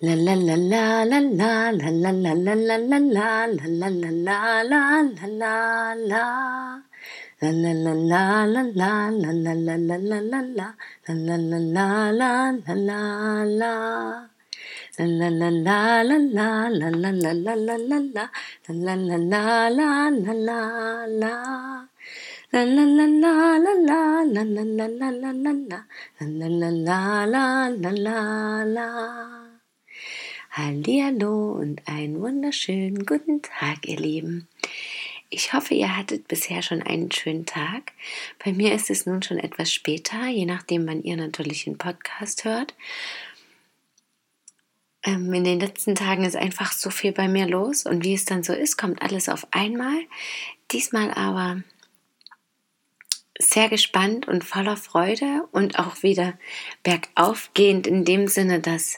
La la la la la la la la la la la la la la la la la la la la. La la la la la la la la la la la la la. La la la la la la la la. La la la la la la la la la la la la la. La la la la la la la la. La la la la la la la la la la la la la. La la la la la la la. Hallihallo und einen wunderschönen guten Tag, ihr Lieben. Ich hoffe, ihr hattet bisher schon einen schönen Tag. Bei mir ist es nun schon etwas später, je nachdem, wann ihr natürlich den Podcast hört. In den letzten Tagen ist einfach so viel bei mir los und wie es dann so ist, kommt alles auf einmal. Diesmal aber sehr gespannt und voller Freude und auch wieder bergauf gehend in dem Sinne, dass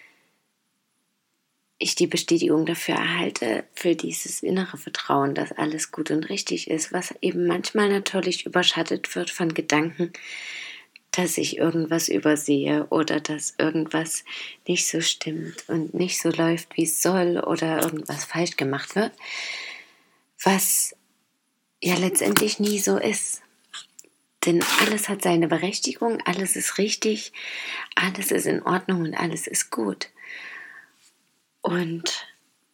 ich die Bestätigung dafür erhalte, für dieses innere Vertrauen, dass alles gut und richtig ist, was eben manchmal natürlich überschattet wird von Gedanken, dass ich irgendwas übersehe oder dass irgendwas nicht so stimmt und nicht so läuft, wie es soll oder irgendwas falsch gemacht wird, was ja letztendlich nie so ist. Denn alles hat seine Berechtigung, alles ist richtig, alles ist in Ordnung und alles ist gut. Und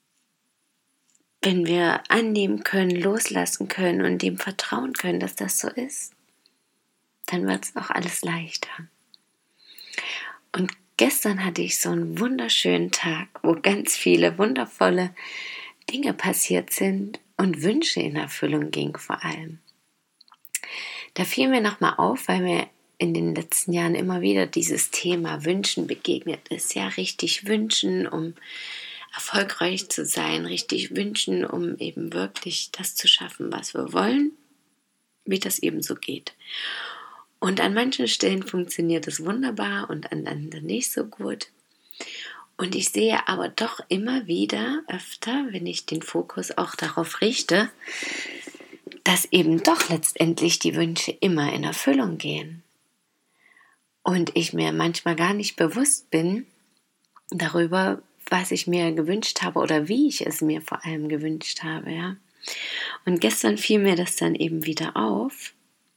wenn wir annehmen können, loslassen können und dem vertrauen können, dass das so ist, dann wird es auch alles leichter. Und gestern hatte ich so einen wunderschönen Tag, wo ganz viele wundervolle Dinge passiert sind und Wünsche in Erfüllung gingen vor allem. Da fiel mir nochmal auf, weil mir in den letzten Jahren immer wieder dieses Thema Wünschen begegnet ist. Ja, richtig wünschen, um erfolgreich zu sein, richtig wünschen, um eben wirklich das zu schaffen, was wir wollen, wie das eben so geht. Und an manchen Stellen funktioniert es wunderbar und an anderen nicht so gut. Und ich sehe aber doch immer wieder öfter, wenn ich den Fokus auch darauf richte, dass eben doch letztendlich die Wünsche immer in Erfüllung gehen. Und ich mir manchmal gar nicht bewusst bin darüber, was ich mir gewünscht habe oder wie ich es mir vor allem gewünscht habe. Ja. Und gestern fiel mir das dann eben wieder auf.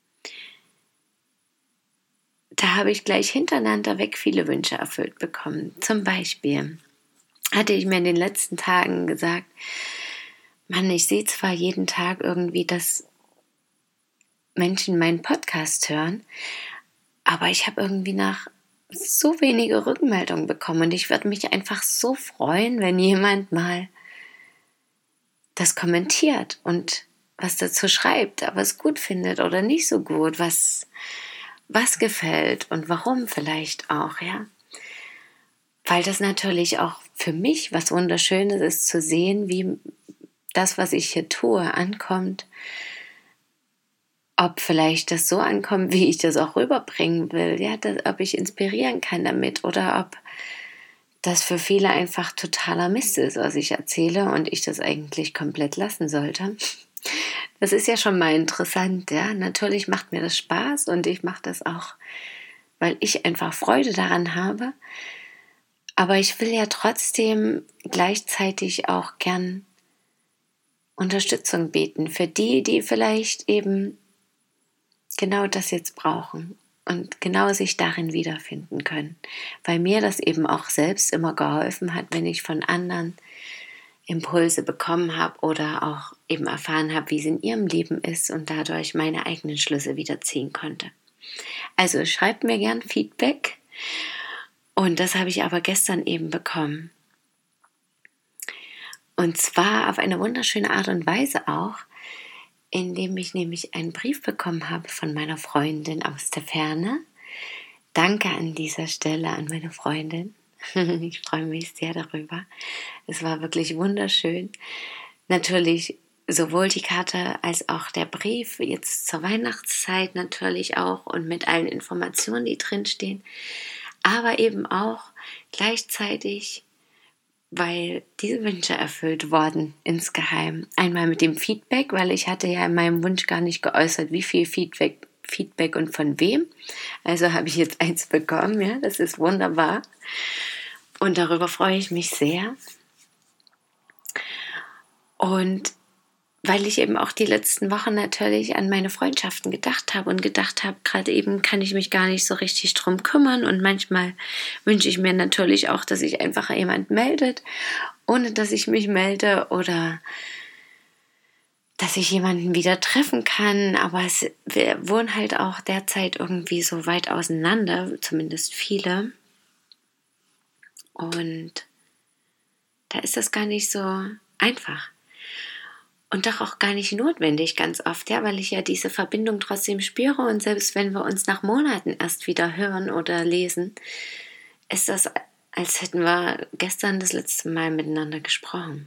Da habe ich gleich hintereinander weg viele Wünsche erfüllt bekommen. Zum Beispiel hatte ich mir in den letzten Tagen gesagt, Mann, ich sehe zwar jeden Tag irgendwie, dass Menschen meinen Podcast hören, aber ich habe irgendwie nach so wenige Rückmeldungen bekommen und ich würde mich einfach so freuen, wenn jemand mal das kommentiert und was dazu schreibt, aber es gut findet oder nicht so gut, was gefällt und warum vielleicht auch, ja. Weil das natürlich auch für mich was Wunderschönes ist, zu sehen, wie das, was ich hier tue, ankommt, ob vielleicht das so ankommt, wie ich das auch rüberbringen will, ja, ob ich inspirieren kann damit oder ob das für viele einfach totaler Mist ist, was ich erzähle und ich das eigentlich komplett lassen sollte. Das ist ja schon mal interessant, ja. Natürlich macht mir das Spaß und ich mache das auch, weil ich einfach Freude daran habe. Aber ich will ja trotzdem gleichzeitig auch gern Unterstützung bieten für die, die vielleicht eben genau das jetzt brauchen und genau sich darin wiederfinden können. Weil mir das eben auch selbst immer geholfen hat, wenn ich von anderen Impulse bekommen habe oder auch eben erfahren habe, wie es in ihrem Leben ist und dadurch meine eigenen Schlüsse wieder ziehen konnte. Also schreibt mir gern Feedback und das habe ich aber gestern eben bekommen. Und zwar auf eine wunderschöne Art und Weise auch, indem ich nämlich einen Brief bekommen habe von meiner Freundin aus der Ferne. Danke an dieser Stelle an meine Freundin. Ich freue mich sehr darüber. Es war wirklich wunderschön. Natürlich sowohl die Karte als auch der Brief, jetzt zur Weihnachtszeit natürlich auch und mit allen Informationen, die drinstehen. Aber eben auch gleichzeitig, weil diese Wünsche erfüllt wurden insgeheim. Einmal mit dem Feedback, weil ich hatte ja in meinem Wunsch gar nicht geäußert, wie viel Feedback und von wem. Also habe ich jetzt eins bekommen, ja, das ist wunderbar. Und darüber freue ich mich sehr. Und weil ich eben auch die letzten Wochen natürlich an meine Freundschaften gedacht habe und gedacht habe, gerade eben kann ich mich gar nicht so richtig drum kümmern und manchmal wünsche ich mir natürlich auch, dass sich einfach jemand meldet, ohne dass ich mich melde oder dass ich jemanden wieder treffen kann, aber wir wohnen halt auch derzeit irgendwie so weit auseinander, zumindest viele, und da ist das gar nicht so einfach. Und doch auch gar nicht notwendig ganz oft, ja, weil ich ja diese Verbindung trotzdem spüre und selbst wenn wir uns nach Monaten erst wieder hören oder lesen, ist das, als hätten wir gestern das letzte Mal miteinander gesprochen.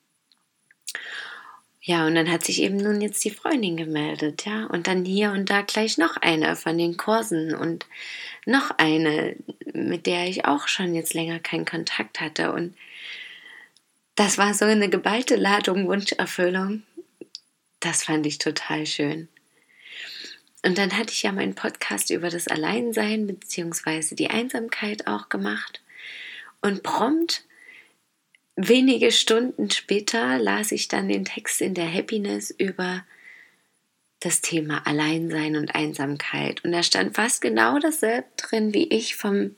Ja, und dann hat sich eben nun jetzt die Freundin gemeldet, ja, und dann hier und da gleich noch eine von den Kursen und noch eine, mit der ich auch schon jetzt länger keinen Kontakt hatte, und das war so eine geballte Ladung Wunscherfüllung. Das fand ich total schön. Und dann hatte ich ja meinen Podcast über das Alleinsein bzw. die Einsamkeit auch gemacht. Und prompt, wenige Stunden später, las ich dann den Text in der Happiness über das Thema Alleinsein und Einsamkeit. Und da stand fast genau dasselbe drin, wie ich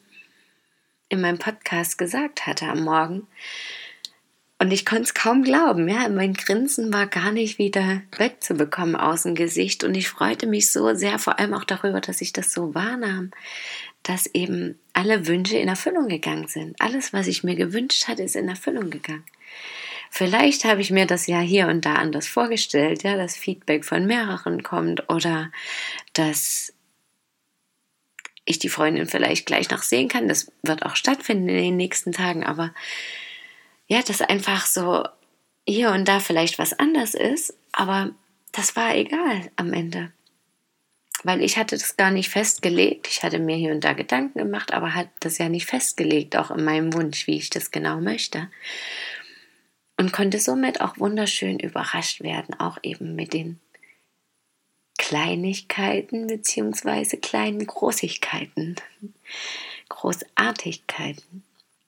in meinem Podcast gesagt hatte am Morgen. Und ich konnte es kaum glauben, ja, mein Grinsen war gar nicht wieder wegzubekommen aus dem Gesicht und ich freute mich so sehr, vor allem auch darüber, dass ich das so wahrnahm, dass eben alle Wünsche in Erfüllung gegangen sind. Alles, was ich mir gewünscht hatte, ist in Erfüllung gegangen. Vielleicht habe ich mir das ja hier und da anders vorgestellt, ja, dass Feedback von mehreren kommt oder dass ich die Freundin vielleicht gleich noch sehen kann. Das wird auch stattfinden in den nächsten Tagen, aber ja, dass einfach so hier und da vielleicht was anders ist, aber das war egal am Ende. Weil ich hatte das gar nicht festgelegt. Ich hatte mir hier und da Gedanken gemacht, aber hatte das ja nicht festgelegt, auch in meinem Wunsch, wie ich das genau möchte. Und konnte somit auch wunderschön überrascht werden, auch eben mit den Kleinigkeiten beziehungsweise kleinen Großigkeiten, Großartigkeiten.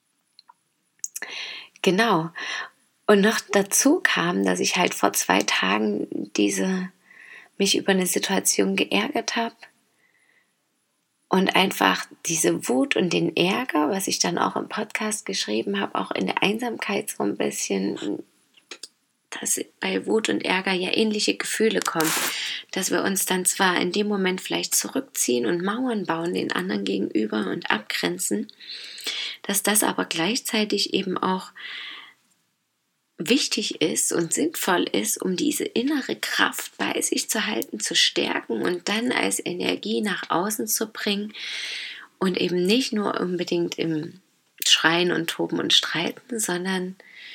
Genau. Und noch dazu kam, dass ich halt vor 2 Tagen mich über eine Situation geärgert habe und einfach diese Wut und den Ärger, was ich dann auch im Podcast geschrieben habe, auch in der Einsamkeit so ein bisschen, dass bei Wut und Ärger ja ähnliche Gefühle kommen, dass wir uns dann zwar in dem Moment vielleicht zurückziehen und Mauern bauen den anderen gegenüber und abgrenzen, dass das aber gleichzeitig eben auch wichtig ist und sinnvoll ist, um diese innere Kraft bei sich zu halten, zu stärken und dann als Energie nach außen zu bringen und eben nicht nur unbedingt im Schreien und Toben und Streiten, sondern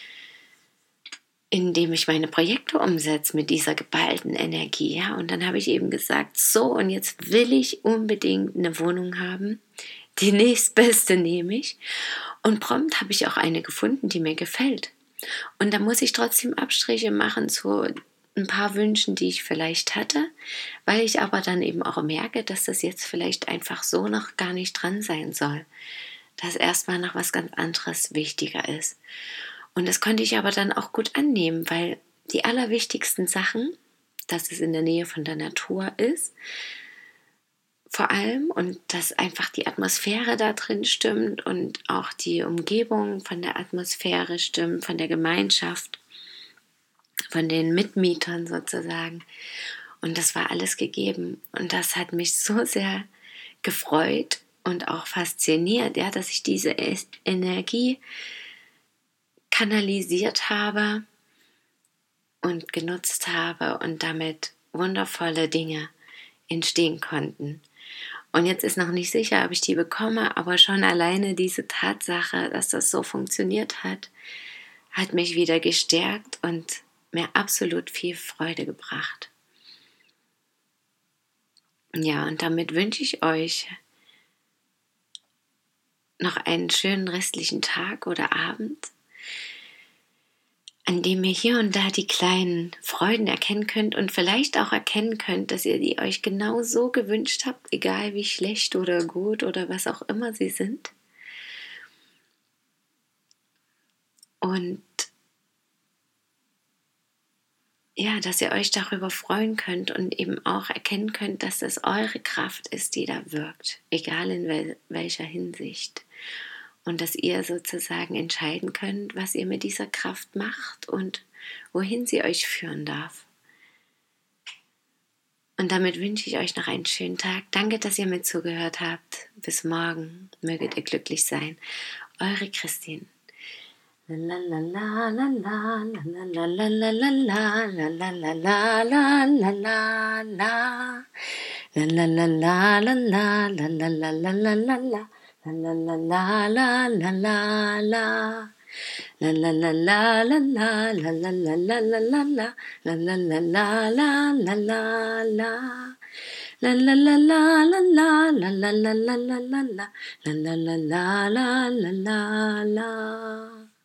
indem ich meine Projekte umsetze mit dieser geballten Energie. Ja? Und dann habe ich eben gesagt, so, und jetzt will ich unbedingt eine Wohnung haben. Die nächstbeste nehme ich. Und prompt habe ich auch eine gefunden, die mir gefällt. Und da muss ich trotzdem Abstriche machen zu ein paar Wünschen, die ich vielleicht hatte, weil ich aber dann eben auch merke, dass das jetzt vielleicht einfach so noch gar nicht dran sein soll. Dass erstmal noch was ganz anderes wichtiger ist. Und das konnte ich aber dann auch gut annehmen, weil die allerwichtigsten Sachen, dass es in der Nähe von der Natur ist, vor allem, und dass einfach die Atmosphäre da drin stimmt und auch die Umgebung von der Atmosphäre stimmt, von der Gemeinschaft, von den Mitmietern sozusagen. Und das war alles gegeben. Und das hat mich so sehr gefreut und auch fasziniert, ja, dass ich diese Energie kanalisiert habe und genutzt habe und damit wundervolle Dinge entstehen konnten. Und jetzt ist noch nicht sicher, ob ich die bekomme, aber schon alleine diese Tatsache, dass das so funktioniert hat, hat mich wieder gestärkt und mir absolut viel Freude gebracht. Ja, und damit wünsche ich euch noch einen schönen restlichen Tag oder Abend, an dem ihr hier und da die kleinen Freuden erkennen könnt und vielleicht auch erkennen könnt, dass ihr die euch genau so gewünscht habt, egal wie schlecht oder gut oder was auch immer sie sind. Und ja, dass ihr euch darüber freuen könnt und eben auch erkennen könnt, dass es eure Kraft ist, die da wirkt, egal in welcher Hinsicht. Und dass ihr sozusagen entscheiden könnt, was ihr mit dieser Kraft macht und wohin sie euch führen darf. Und damit wünsche ich euch noch einen schönen Tag. Danke, dass ihr mir zugehört habt. Bis morgen. Möget ihr glücklich sein. Eure Christine. La la la la la la la la la la la la la la la la la la la. La la la la la la la la la la la la la. La la la la la la la la. La la la la la la la la la la la la la. La la la la la la la la. La la la la la la la la la la la la la. La la la la la la la la.